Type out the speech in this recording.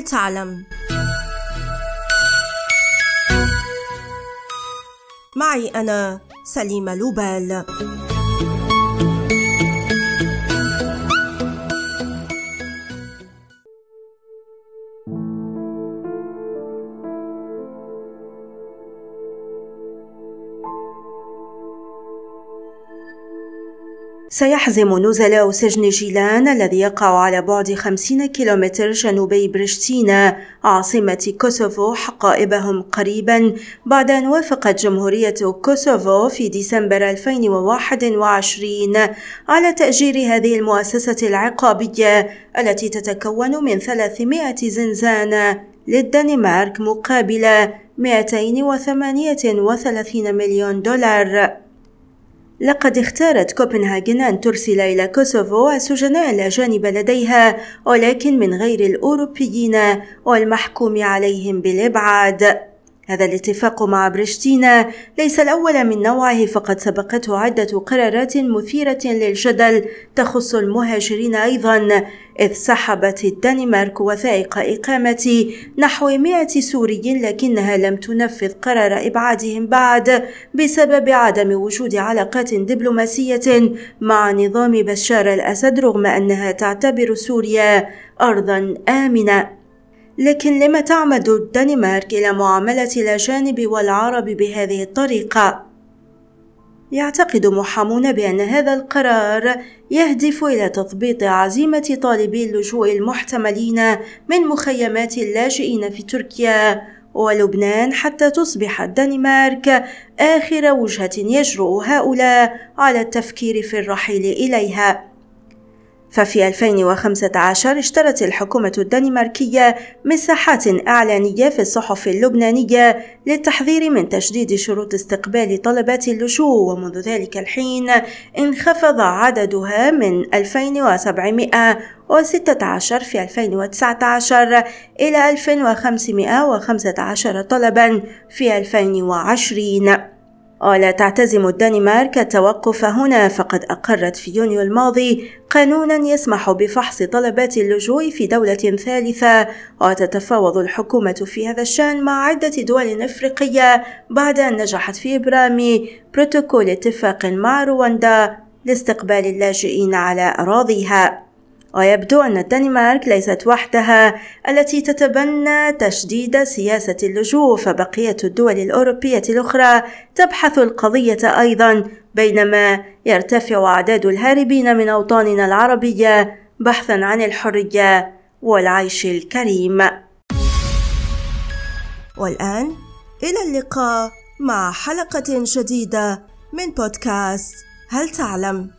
تعلم؟ معي أنا سليمة لوبال. سيحزم نزلاء سجن جيلان الذي يقع على بعد 50 كيلومتر جنوبي بريشتينا عاصمة كوسوفو حقائبهم قريبا بعد أن وافقت جمهورية كوسوفو في ديسمبر 2021 على تأجير هذه المؤسسة العقابية التي تتكون من 300 زنزانة للدنمارك مقابل 238 مليون دولار. لقد اختارت كوبنهاغن أن ترسل إلى كوسوفو السجناء الأجانب لديها، ولكن من غير الأوروبيين والمحكوم عليهم بالإبعاد. هذا الاتفاق مع بريشتينا ليس الأول من نوعه، فقد سبقته عدة قرارات مثيرة للجدل تخص المهاجرين أيضا، إذ سحبت الدنمارك وثائق إقامة نحو 100 سوري، لكنها لم تنفذ قرار إبعادهم بعد بسبب عدم وجود علاقات دبلوماسية مع نظام بشار الأسد، رغم أنها تعتبر سوريا أرضا آمنة. لكن لما تعمد الدنمارك إلى معاملة الأجانب والعرب بهذه الطريقة؟ يعتقد محامون بأن هذا القرار يهدف إلى تثبيط عزيمة طالبي اللجوء المحتملين من مخيمات اللاجئين في تركيا ولبنان حتى تصبح الدنمارك آخر وجهة يجرؤ هؤلاء على التفكير في الرحيل إليها. ففي 2015 اشترت الحكومة الدنماركية مساحات إعلانية في الصحف اللبنانية للتحذير من تشديد شروط استقبال طلبات اللجوء، ومنذ ذلك الحين انخفض عددها من 2716 في 2019 إلى 2515 طلبا في 2020. ولا تعتزم الدنمارك التوقف هنا، فقد أقرت في يونيو الماضي قانونا يسمح بفحص طلبات اللجوء في دولة ثالثة، وتتفاوض الحكومة في هذا الشأن مع عدة دول أفريقية بعد أن نجحت في إبرام بروتوكول اتفاق مع رواندا لاستقبال اللاجئين على أراضيها. ويبدو أن الدنمارك ليست وحدها التي تتبنى تشديد سياسة اللجوء، فبقية الدول الأوروبية الأخرى تبحث القضية أيضا، بينما يرتفع أعداد الهاربين من أوطاننا العربية بحثا عن الحرية والعيش الكريم. والآن إلى اللقاء مع حلقة جديدة من بودكاست هل تعلم؟